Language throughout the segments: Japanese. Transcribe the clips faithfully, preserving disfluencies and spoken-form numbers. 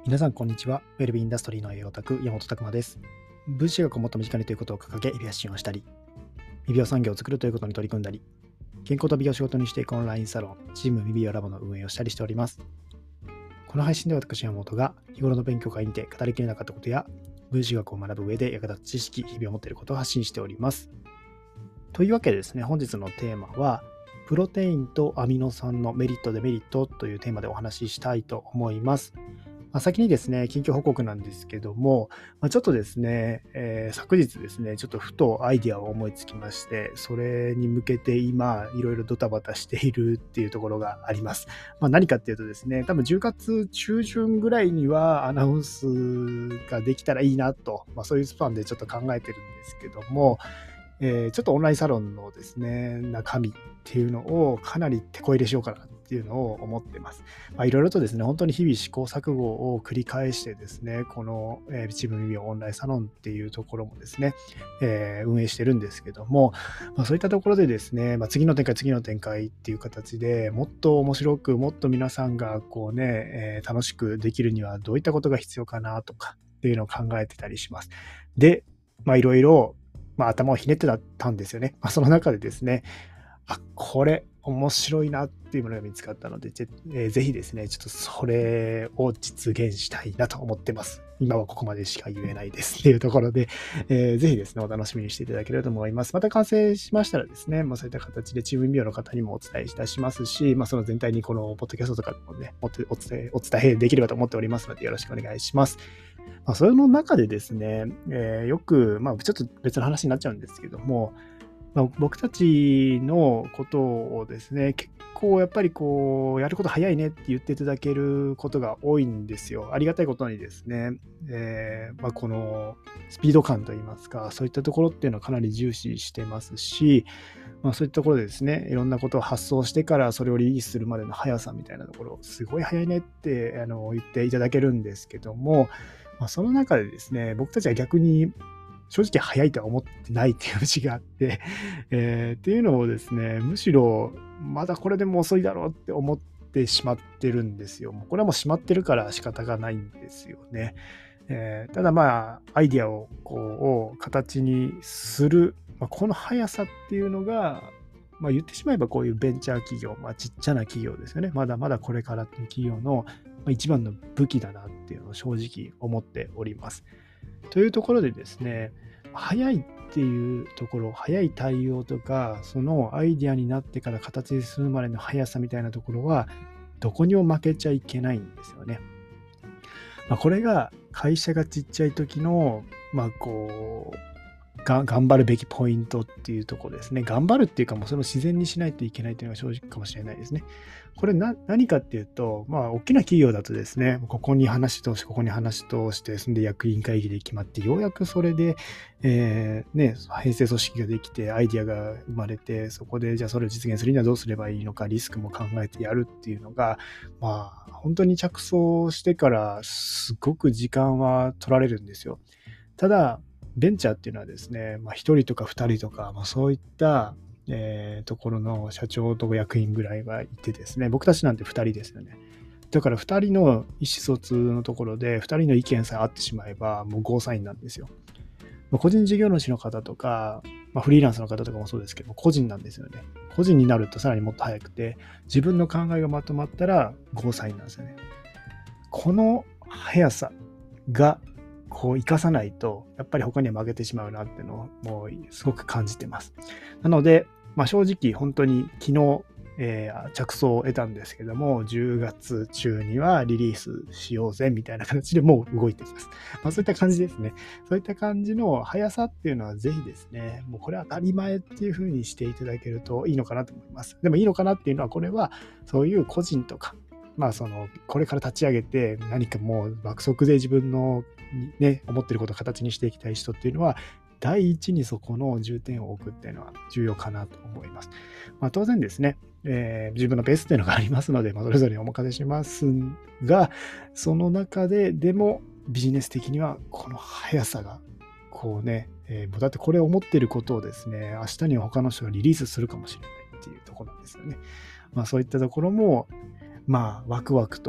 皆さん、こんにちは。ウェルビーインダストリーの栄養オタク、山本拓馬です。分子学をもっと身近にということを掲げ、日々発信をしたり、未病産業を作るということに取り組んだり、健康と美を仕事にしていくオンラインサロン、チーム未病ラボの運営をしたりしております。この配信では私、山本が日頃の勉強会にて語りきれなかったことや、分子学を学ぶ上で役立つ知識、日々を持っていることを発信しております。というわけでですね、本日のテーマは、プロテインとアミノ酸のメリット、デメリットというテーマでお話ししたいと思います。まあ、先にですね、近況報告なんですけども、まあ、ちょっとですね、えー、昨日ですね、ちょっとふとアイディアを思いつきまして、それに向けて今、いろいろドタバタしているっていうところがあります。まあ、何かっていうとですね、多分じゅうがつ中旬ぐらいにはアナウンスができたらいいなと、まあ、そういうスパンでちょっと考えてるんですけども、えー、ちょっとオンラインサロンのですね、中身っていうのをかなり手こ入れしようかなっていうのを思ってます。まあ、いろいろとですね、本当に日々試行錯誤を繰り返してですね、この、えー、チーム耳オンラインサロンっていうところもですね、えー、運営してるんですけども、まあ、そういったところでですね、まあ、次の展開、次の展開っていう形でもっと面白く、もっと皆さんがこうね、えー、楽しくできるにはどういったことが必要かなとかっていうのを考えてたりします。で、まあいろいろまあ、頭をひねってたんですよね。まあ、その中でですね、あ、これ面白いなっていうものが見つかったので、ぜ,、えー、ぜひですね、ちょっとそれを実現したいなと思ってます。今はここまでしか言えないですっていうところで、えー、ぜひですね、お楽しみにしていただければと思います。また完成しましたらですね、まあ、そういった形でチーム美容の方にもお伝えいたしますし、まあ、その全体にこのポッドキャストとかでもね、お伝え、お伝えできればと思っておりますので、よろしくお願いします。まあ、それの中でですね、えー、よく、まあ、ちょっと別の話になっちゃうんですけども、まあ、僕たちのことをですね、結構やっぱりこう、やること早いねって言っていただけることが多いんですよ。ありがたいことにですね、えーまあ、このスピード感といいますか、そういったところっていうのはかなり重視してますし、まあ、そういったところでですね、いろんなことを発想してからそれをリリースするまでの速さみたいなところ、すごい早いねってあの言っていただけるんですけども、まあ、その中でですね、僕たちは逆に正直早いとは思ってないっていう節があって、えー、っていうのをですね、むしろまだこれでも遅いだろうって思ってしまってるんですよ。もうこれはもうしまってるから仕方がないんですよね。えー、ただまあ、アイディアをこうを形にする、まあ、この速さっていうのが、まあ、言ってしまえばこういうベンチャー企業、まあ、ちっちゃな企業ですよね。まだまだこれからっていう企業の一番の武器だなっていうのを正直思っております。というところでですね、早いっていうところ、早い対応とか、そのアイディアになってから形にするまでの速さみたいなところは、どこにも負けちゃいけないんですよね。まあ、これが会社がちっちゃい時の、まあこう、が頑張るべきポイントっていうところですね。頑張るっていうか、もうそれを自然にしないといけないというのが正直かもしれないですね。これな何かっていうと、まあ、大きな企業だとですね、ここに話通して、ここに話通して、そんで役員会議で決まって、ようやくそれで、えー、ね、編成組織ができて、アイディアが生まれて、そこで、じゃあそれを実現するにはどうすればいいのか、リスクも考えてやるっていうのが、まあ、本当に着想してからすごく時間は取られるんですよ。ただ、ベンチャーっていうのはですね、まあ、ひとりとかふたりとか、まあ、そういった、えー、ところの社長と役員ぐらいはいてですね、僕たちなんてふたりですよね。だからふたりの意思疎通のところでふたりの意見さえ合ってしまえばもうゴーサインなんですよ。まあ、個人事業主の方とか、まあ、フリーランスの方とかもそうですけど、個人なんですよね。個人になるとさらにもっと早くて、自分の考えがまとまったらゴーサインなんですよね。この速さがこう生かさないと、やっぱり他には負けてしまうなっていうのをもうすごく感じてます。なので、まあ、正直本当に昨日、えー、着想を得たんですけども、じゅうがつ中にはリリースしようぜみたいな形でもう動いています。まあ、そういった感じですね。そういった感じの速さっていうのはぜひですね、もうこれは当たり前っていう風にしていただけるといいのかなと思います。でもいいのかなっていうのは、これはそういう個人とか、まあそのこれから立ち上げて何かもう爆速で自分のね思ってることを形にしていきたい人っていうのは第一にそこの重点を置くっていうのは重要かなと思います。まあ、当然ですね、えー、自分のペースっていうのがありますので、まあ、それぞれお任せしますが、その中ででもビジネス的にはこの速さがこうね、えー、だってこれを思っていることをですね、明日には他の人がリリースするかもしれないっていうところなんですよね。まあそういったところもまあ、ワクワクと、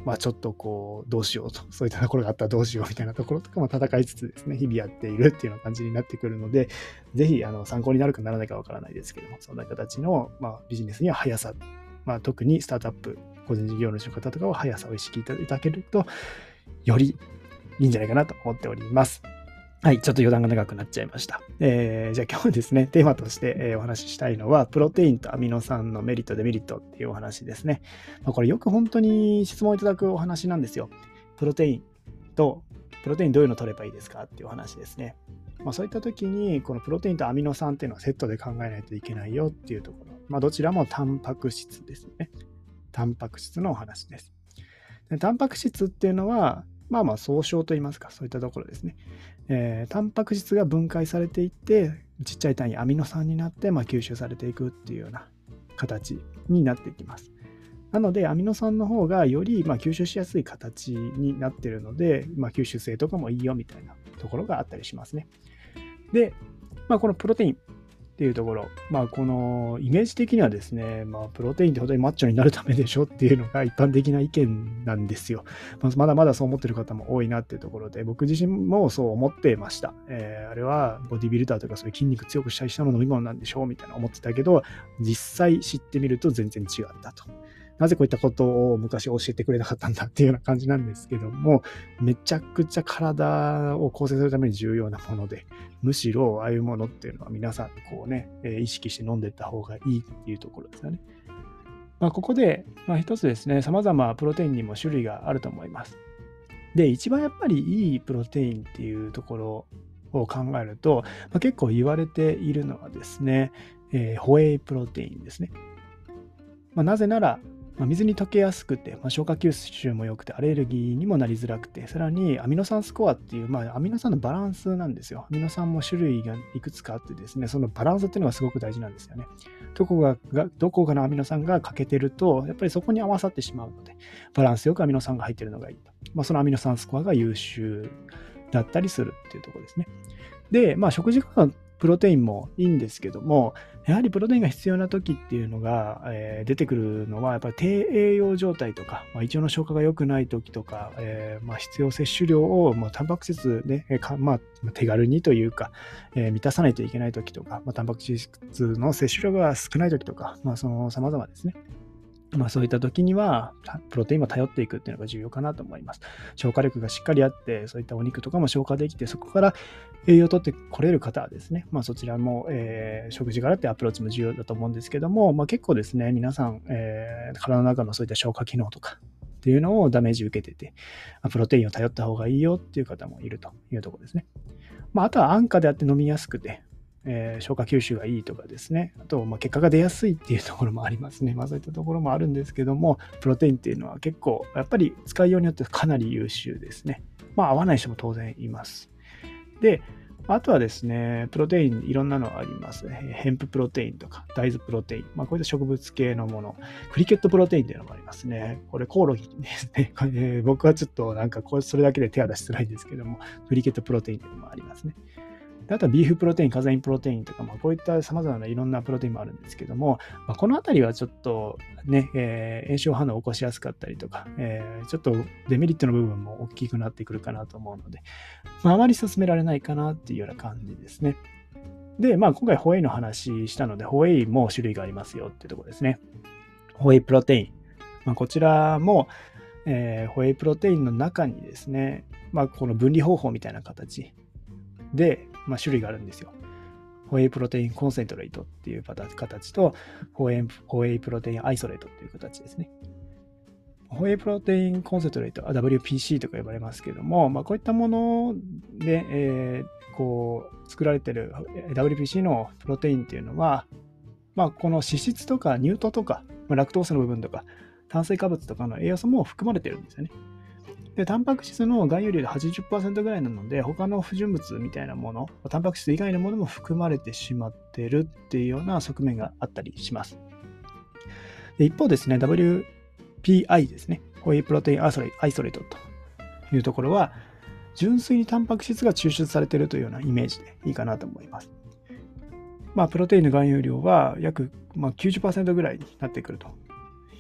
まあ、ちょっとこうどうしようと、そういったところがあったらどうしようみたいなところとかも戦いつつですね、日々やっているっていうような感じになってくるので、ぜひあの参考になるかならないかわからないですけども、そんな形の、まあ、ビジネスには速さ、まあ、特にスタートアップ、個人事業主の方とかは速さを意識いただけると、よりいいんじゃないかなと思っております。はい、ちょっと余談が長くなっちゃいました。えー、じゃあ今日ですね、テーマとして、えー、お話ししたいのは、プロテインとアミノ酸のメリット、デメリットっていうお話ですね。まあ、これよく本当に質問いただくお話なんですよ。プロテインと、プロテインどういうの取ればいいですかっていうお話ですね。まあ、そういった時に、このプロテインとアミノ酸っていうのはセットで考えないといけないよっていうところ。まあ、どちらもタンパク質ですね。タンパク質のお話です。でタンパク質っていうのは、まあまあ総称といいますか、そういったところですね。えー、タンパク質が分解されていって、ちっちゃい単位アミノ酸になって、まあ、吸収されていくっていうような形になっていきます。なので、アミノ酸の方がより、まあ、吸収しやすい形になっているので、まあ、吸収性とかもいいよみたいなところがあったりしますね。で、まあ、このプロテインっていうところ、まあ、このイメージ的にはですね、まあ、プロテインって本当にマッチョになるためでしょっていうのが一般的な意見なんですよ。まあ、まだまだそう思ってる方も多いなっていうところで、僕自身もそう思ってました。えー、あれはボディビルダーとかそういう筋肉強くしたりしたの飲み物なんでしょうみたいな思ってたけど、実際知ってみると全然違ったと。なぜこういったことを昔教えてくれなかったんだっていうような感じなんですけども、めちゃくちゃ体を構成するために重要なもので、むしろああいうものっていうのは皆さんこうね、意識して飲んでいった方がいいっていうところですよね。まあ、ここで、まあ、一つですね、様々プロテインにも種類があると思います。で、一番やっぱりいいプロテインっていうところを考えると、まあ、結構言われているのはですね、えー、ホエイプロテインですね。まあ、なぜなら、まあ、水に溶けやすくて、まあ、消化吸収も良くて、アレルギーにもなりづらくて、さらにアミノ酸スコアっていう、まあ、アミノ酸のバランスなんですよ。アミノ酸も種類がいくつかあってですね、そのバランスっていうのがすごく大事なんですよね。どこが、がどこかのアミノ酸が欠けてると、やっぱりそこに合わさってしまうので、バランスよくアミノ酸が入っているのがいいと。まあ、そのアミノ酸スコアが優秀だったりするっていうところですね。で、まあ、食事からのプロテインもいいんですけども、やはりプロテインが必要な時っていうのが、えー、出てくるのは、やっぱり低栄養状態とか、まあ、胃腸の消化が良くない時とか、えーまあ、必要摂取量を、まあ、タンパク質で、えーかまあ、手軽にというか、えー、満たさないといけない時とか、まあ、タンパク質の摂取量が少ない時とか、まあ、その様々ですね。まあ、そういった時には、プロテインを頼っていくっていうのが重要かなと思います。消化力がしっかりあって、そういったお肉とかも消化できて、そこから栄養をとってこれる方はですね、まあ、そちらも、えー、食事からってアプローチも重要だと思うんですけども、まあ、結構ですね、皆さん、えー、体の中のそういった消化機能とかっていうのをダメージ受けてて、プロテインを頼った方がいいよっていう方もいるというところですね。まあ、あとは安価であって飲みやすくて、えー、消化吸収がいいとかですね。あと、まあ、結果が出やすいっていうところもありますね。まあそういったところもあるんですけども、プロテインっていうのは結構、やっぱり使いようによってかなり優秀ですね。まあ合わない人も当然います。で、あとはですね、プロテインいろんなのありますね。ヘンププロテインとか、大豆プロテイン。まあこういった植物系のもの。クリケットプロテインっていうのもありますね。これコオロギですね。えー、僕はちょっとなんかこれそれだけで手は出しづらいんですけども、クリケットプロテインっていうのもありますね。あとはビーフプロテイン、カゼインプロテインとか、まあ、こういった様々ないろんなプロテインもあるんですけども、まあ、このあたりはちょっとね、えー、炎症反応を起こしやすかったりとか、えー、ちょっとデメリットの部分も大きくなってくるかなと思うので、まあ、あまり進められないかなっていうような感じですね。で、まあ今回ホエイの話したので、ホエイも種類がありますよっていうところですね。ホエイプロテイン。まあ、こちらも、えー、ホエイプロテインの中にですね、まあこの分離方法みたいな形で、まあ、種類があるんですよ。ホエイプロテインコンセントレートっていう形と、ホエイ、ホエイプロテインアイソレートっていう形ですね。ホエイプロテインコンセントレート、ダブリューピーシー とか呼ばれますけども、まあ、こういったもので、えー、こう作られている ダブリューピーシー のプロテインっていうのは、まあ、この脂質とか乳糖とか、ラクトースの部分とか、炭水化物とかの栄養素も含まれてるんですよね。で、タンパク質の含有量で はちじゅっパーセント ぐらいなので、他の不純物みたいなもの、タンパク質以外のものも含まれてしまっているっていうような側面があったりします。で一方ですね、ダブリューピーアイ ですね、ホエイプロテインアイソレートというところは、純粋にタンパク質が抽出されているというようなイメージでいいかなと思います。まあ、プロテインの含有量は約、まあ、きゅうじゅっパーセント ぐらいになってくると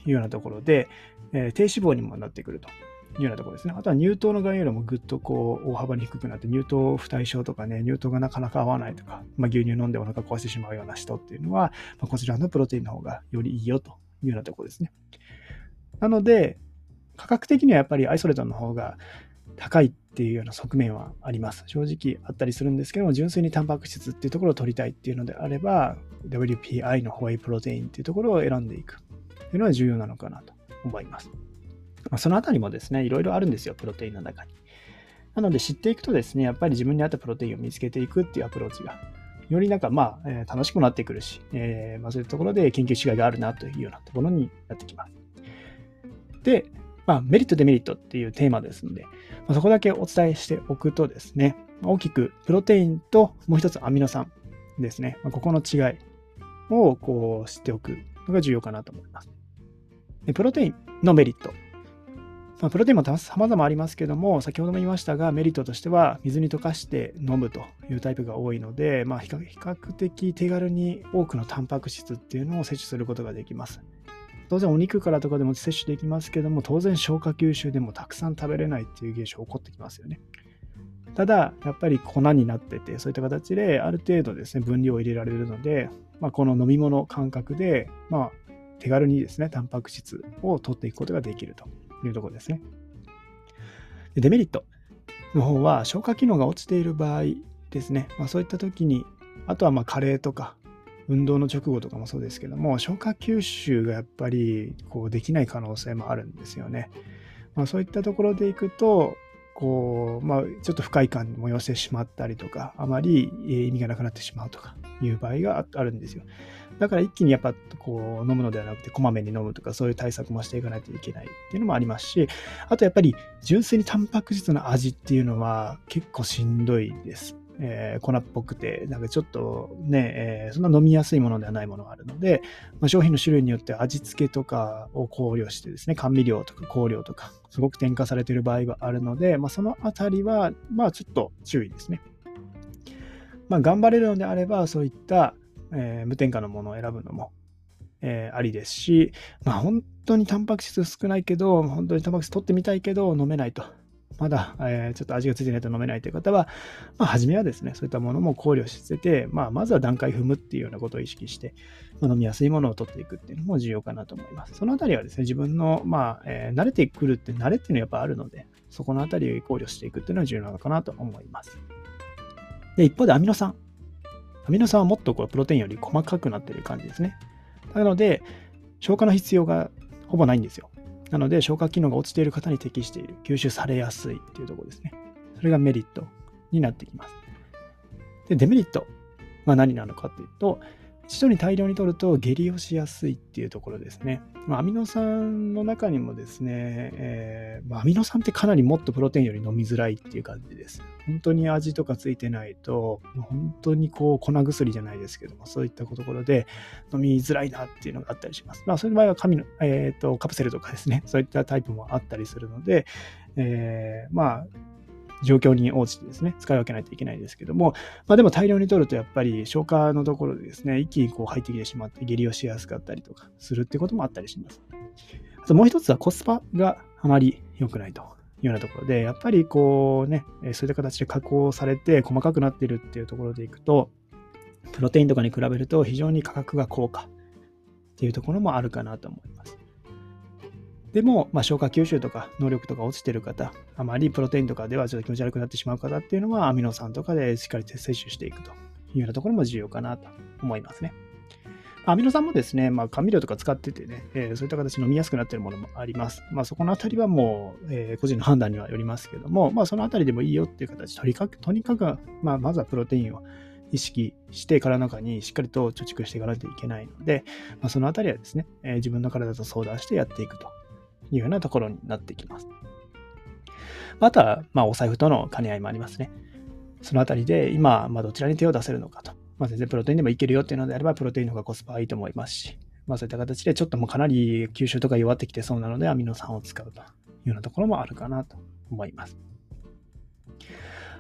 いうようなところで、えー、低脂肪にもなってくるというようなところですね。あとは乳糖の含有量もぐっとこう大幅に低くなって、乳糖不対症とかね、乳糖がなかなか合わないとか、まあ、牛乳飲んでお腹壊してしまうような人っていうのは、まあ、こちらのプロテインの方がよりいいよというようなところですね。なので、価格的にはやっぱりアイソレートの方が高いっていうような側面はあります。正直あったりするんですけども、純粋にタンパク質っていうところを取りたいっていうのであれば、ダブリューピーアイ のホエイプロテインっていうところを選んでいくっていうのは重要なのかなと思います。まあ、そのあたりもですね、いろいろあるんですよ、プロテインの中に。なので知っていくとですね、やっぱり自分に合ったプロテインを見つけていくっていうアプローチが、よりなんかまあ、えー、楽しくなってくるし、えーまあ、そういうところで研究しがいがあるなというようなところになってきます。で、まあ、メリット、デメリットっていうテーマですので、まあ、そこだけお伝えしておくとですね、大きくプロテインともう一つアミノ酸ですね、まあ、ここの違いをこう知っておくのが重要かなと思います。でプロテインのメリット。まあ、プロテインも様々ありますけども、先ほども言いましたが、メリットとしては水に溶かして飲むというタイプが多いので、まあ、比較的手軽に多くのタンパク質っていうのを摂取することができます。当然お肉からとかでも摂取できますけども、当然消化吸収でもたくさん食べれないっていう現象が起こってきますよね。ただ、やっぱり粉になってて、そういった形である程度ですね、分量を入れられるので、まあ、この飲み物感覚で、まあ、手軽にですね、タンパク質を取っていくことができるというところですね。でデメリットの方は、消化機能が落ちている場合ですね、まあ、そういった時に、あとはまあ加齢とか、運動の直後とかもそうですけども、消化吸収がやっぱりこうできない可能性もあるんですよね。まあ、そういったところでいくと、こう、まあ、ちょっと不快感に催してしまったりとか、あまり意味がなくなってしまうとかいう場合があるんですよ。だから一気にやっぱこう飲むのではなくて、こまめに飲むとか、そういう対策もしていかないといけないっていうのもありますし、あとやっぱり純粋にタンパク質の味っていうのは結構しんどいです。えー、粉っぽくて、なんかちょっとね、えー、そんな飲みやすいものではないものがあるので、まあ、商品の種類によって味付けとかを考慮してですね、甘味料とか香料とか、すごく添加されている場合があるので、まあ、そのあたりは、まあちょっと注意ですね。まあ頑張れるのであれば、そういった、えー、無添加のものを選ぶのも、えー、ありですし、まあ本当にタンパク質少ないけど、本当にタンパク質取ってみたいけど飲めないと。まだ、えー、ちょっと味がついてないと飲めないという方は、まあ、初めはですね、そういったものも考慮してて、まあ、まずは段階踏むっていうようなことを意識して、まあ、飲みやすいものを取っていくっていうのも重要かなと思います。そのあたりはですね、自分の、まあ、えー、慣れてくるって、慣れっていうのはやっぱあるので、そこのあたりを考慮していくっていうのは重要なのかなと思います。で、一方でアミノ酸。アミノ酸はもっとこうプロテインより細かくなっている感じですね。なので、消化の必要がほぼないんですよ。なので、消化機能が落ちている方に適している、吸収されやすいっていうところですね。それがメリットになってきます。で、デメリットは何なのかというと、一度に大量に摂ると下痢をしやすいっていうところですね。まあ、アミノ酸の中にもですね、えーまあ、アミノ酸ってかなりもっとプロテインより飲みづらいっていう感じです。本当に味とかついてないと、本当にこう粉薬じゃないですけども、そういったところで飲みづらいなっていうのがあったりします。まあ、そういう場合は紙の、えーと、カプセルとかですね、そういったタイプもあったりするので、えー、まあ、状況に応じてですね、使い分けないといけないですけども、まあでも大量に取るとやっぱり消化のところでですね、一気にこう入ってきてしまって下痢をしやすかったりとかするってこともあったりします。あともう一つはコスパがあまり良くないというようなところで、やっぱりこうね、そういった形で加工されて細かくなっているっていうところでいくと、プロテインとかに比べると非常に価格が高価っていうところもあるかなと思います。でも、まあ、消化吸収とか能力とか落ちてる方、あまりプロテインとかではちょっと気持ち悪くなってしまう方っていうのは、アミノ酸とかでしっかり摂取していくというようなところも重要かなと思いますね。アミノ酸もですね、まあ、甘味料とか使っててね、えー、そういった形で飲みやすくなっているものもあります。まあ、そこのあたりはもう、えー、個人の判断にはよりますけども、まあ、そのあたりでもいいよっていう形、とにかく、とにかく、まあ、まずはプロテインを意識して体の中にしっかりと貯蓄していかないといけないので、まあ、そのあたりはですね、えー、自分の体と相談してやっていくというようなところになってきます。あとは、まあ、お財布との兼ね合いもありますね。そのあたりで今、まあ、どちらに手を出せるのかと。まあ、全然プロテインでもいけるよっていうのであれば、プロテインの方がコスパはいいと思いますし、まあ、そういった形でちょっともうかなり吸収とか弱ってきてそうなので、アミノ酸を使うというようなところもあるかなと思います。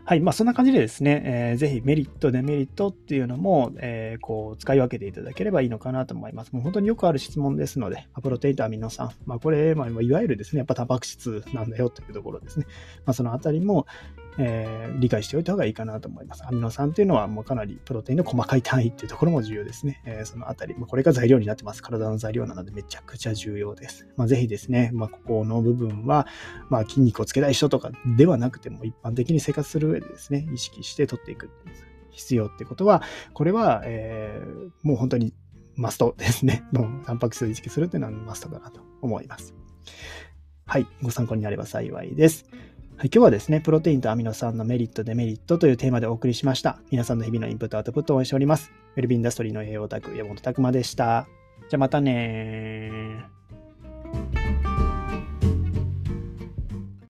はい、まあ、そんな感じでですね、えーぜひメリット、デメリットっていうのも、えーこう使い分けていただければいいのかなと思います。もう本当によくある質問ですので、まあプロテインとアミノ酸、まあ、これ、まあ、いわゆるですね、やっぱタンパク質なんだよというところですね。まあ、そのあたりも、えー理解しておいた方がいいかなと思います。アミノ酸っていうのはもうかなりプロテインの細かい単位っていうところも重要ですね。えーそのあたり、もうこれが材料になってます。体の材料なのでめちゃくちゃ重要です。まあ、ぜひですね、まあ、ここの部分は、まあ、筋肉をつけたい人とかではなくても、一般的に生活する上でですね、意識して取っていく必要ってことは、これは、えーもう本当にマストですね。もうタンパク質を意識するっていうのはマストかなと思います。はい、ご参考になれば幸いです。はい、今日はですね、プロテインとアミノ酸のメリット、デメリットというテーマでお送りしました。皆さんの日々のインプット、アウトプットを応援しております。ウェルビーインダストリーの栄養オタク、山本拓馬でした。じゃあまたねー。